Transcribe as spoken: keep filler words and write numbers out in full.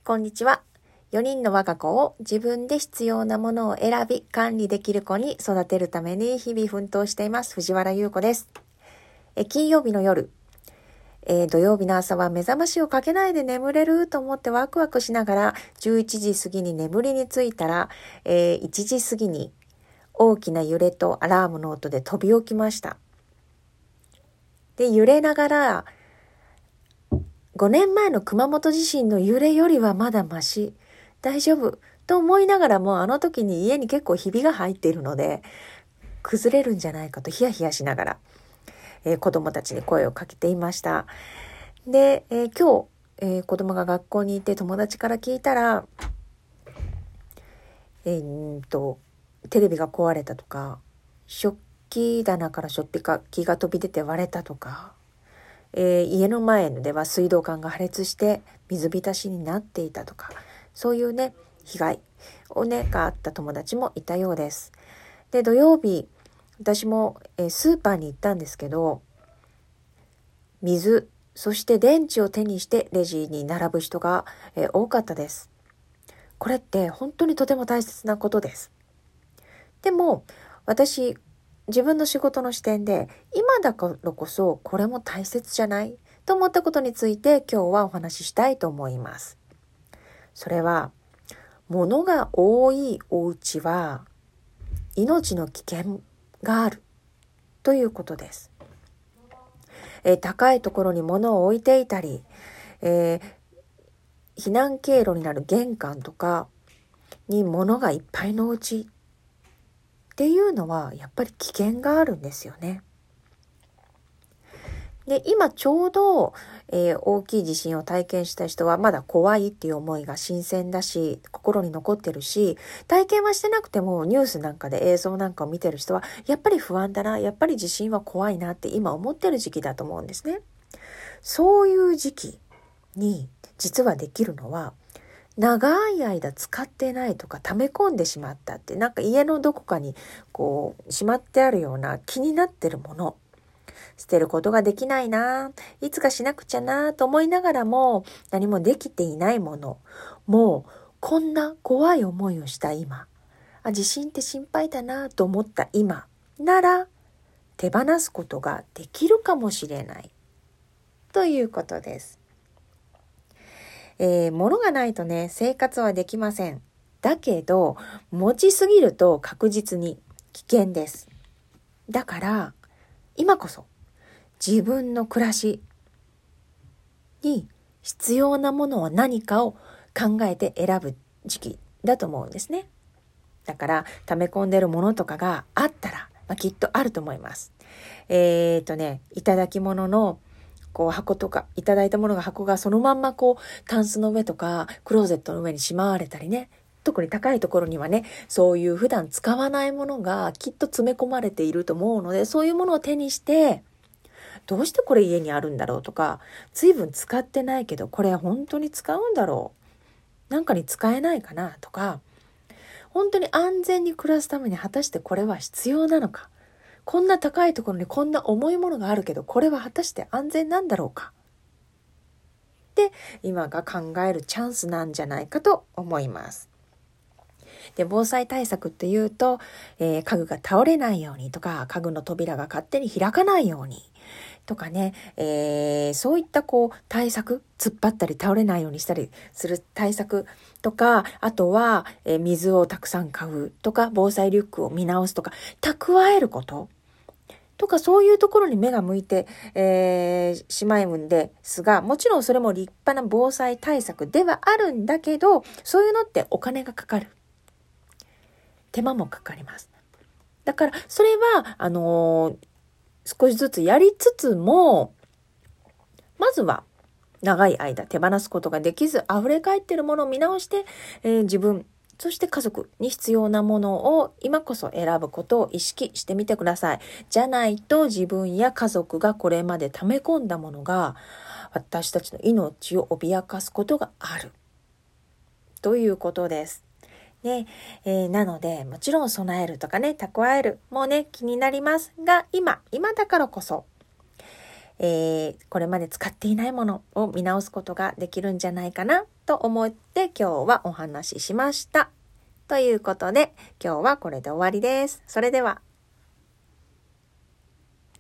こんにちは。よにんの我が子を自分で必要なものを選び管理できる子に育てるために日々奮闘しています藤原優子です。え金曜日の夜、えー、土曜日の朝は目覚ましをかけないで眠れると思ってワクワクしながらじゅういちじ過ぎに眠りについたら、えー、いちじ過ぎに大きな揺れとアラームの音で飛び起きました。で、揺れながらごねんまえの熊本地震の揺れよりはまだマシ、大丈夫と思いながらも、あの時に家に結構ひびが入っているので崩れるんじゃないかとヒヤヒヤしながら、えー、子供たちに声をかけていました。で、えー、今日、えー、子供が学校にいて友達から聞いたら、えー、んとテレビが壊れたとか、食器棚から食器が飛び出て割れたとか、えー、家の前では水道管が破裂して水浸しになっていたとか、そういうね被害をねがあった友達もいたようです。で、土曜日私も、えー、スーパーに行ったんですけど、水そして電池を手にしてレジに並ぶ人が、えー、多かったです。これって本当にとても大切なことです。でも私自分の仕事の視点で今だからこそこれも大切じゃないと思ったことについて今日はお話ししたいと思います。それは、物が多いお家は命の危険があるということです。えー、高いところに物を置いていたり、えー、避難経路になる玄関とかに物がいっぱいのお家っていうのはやっぱり危険があるんですよね。で、今ちょうど、えー、大きい地震を体験した人はまだ怖いっていう思いが新鮮だし、心に残ってるし、体験はしてなくてもニュースなんかで映像なんかを見てる人はやっぱり不安だな、やっぱり地震は怖いなって今思ってる時期だと思うんですね。そういう時期に実はできるのは、長い間使ってないとか溜め込んでしまったって、なんか家のどこかにこうしまってあるような気になってるもの、捨てることができないな、いつかしなくちゃなと思いながらも何もできていないもの、もうこんな怖い思いをした今、あ、地震って心配だなと思った今なら手放すことができるかもしれないということです。えー、物がないとね生活はできません。だけど持ちすぎると確実に危険です。だから今こそ自分の暮らしに必要なものは何かを考えて選ぶ時期だと思うんですね。だから溜め込んでるものとかがあったら、まあ、きっとあると思います。えーとね、いただき物のこう箱とか、いただいたものが箱がそのまんまこうタンスの上とかクローゼットの上にしまわれたりね、特に高いところにはね、そういう普段使わないものがきっと詰め込まれていると思うので、そういうものを手にしてどうしてこれ家にあるんだろうとか、随分使ってないけどこれ本当に使うんだろう、なんかに使えないかなとか、本当に安全に暮らすために果たしてこれは必要なのか、こんな高いところにこんな重いものがあるけどこれは果たして安全なんだろうかって今が考えるチャンスなんじゃないかと思います。で、防災対策っていうと、えー、家具が倒れないようにとか、家具の扉が勝手に開かないようにとかね、えー、そういったこう対策、突っ張ったり倒れないようにしたりする対策とか、あとは、えー、水をたくさん買うとか、防災リュックを見直すとか、蓄えることとか、そういうところに目が向いて、えー、しまうんですが、もちろんそれも立派な防災対策ではあるんだけど、そういうのってお金がかかる。手間もかかります。だからそれはあのー、少しずつやりつつも、まずは長い間手放すことができず溢れ返っているものを見直して、えー、自分そして家族に必要なものを今こそ選ぶことを意識してみてください。じゃないと自分や家族がこれまで溜め込んだものが私たちの命を脅かすことがあるということです。ねえー、なのでもちろん備えるとかね、蓄えるもうね気になりますが、今今だからこそ、 えー、これまで使っていないものを見直すことができるんじゃないかなと思って今日はお話ししました。ということで今日はこれで終わりです。それでは。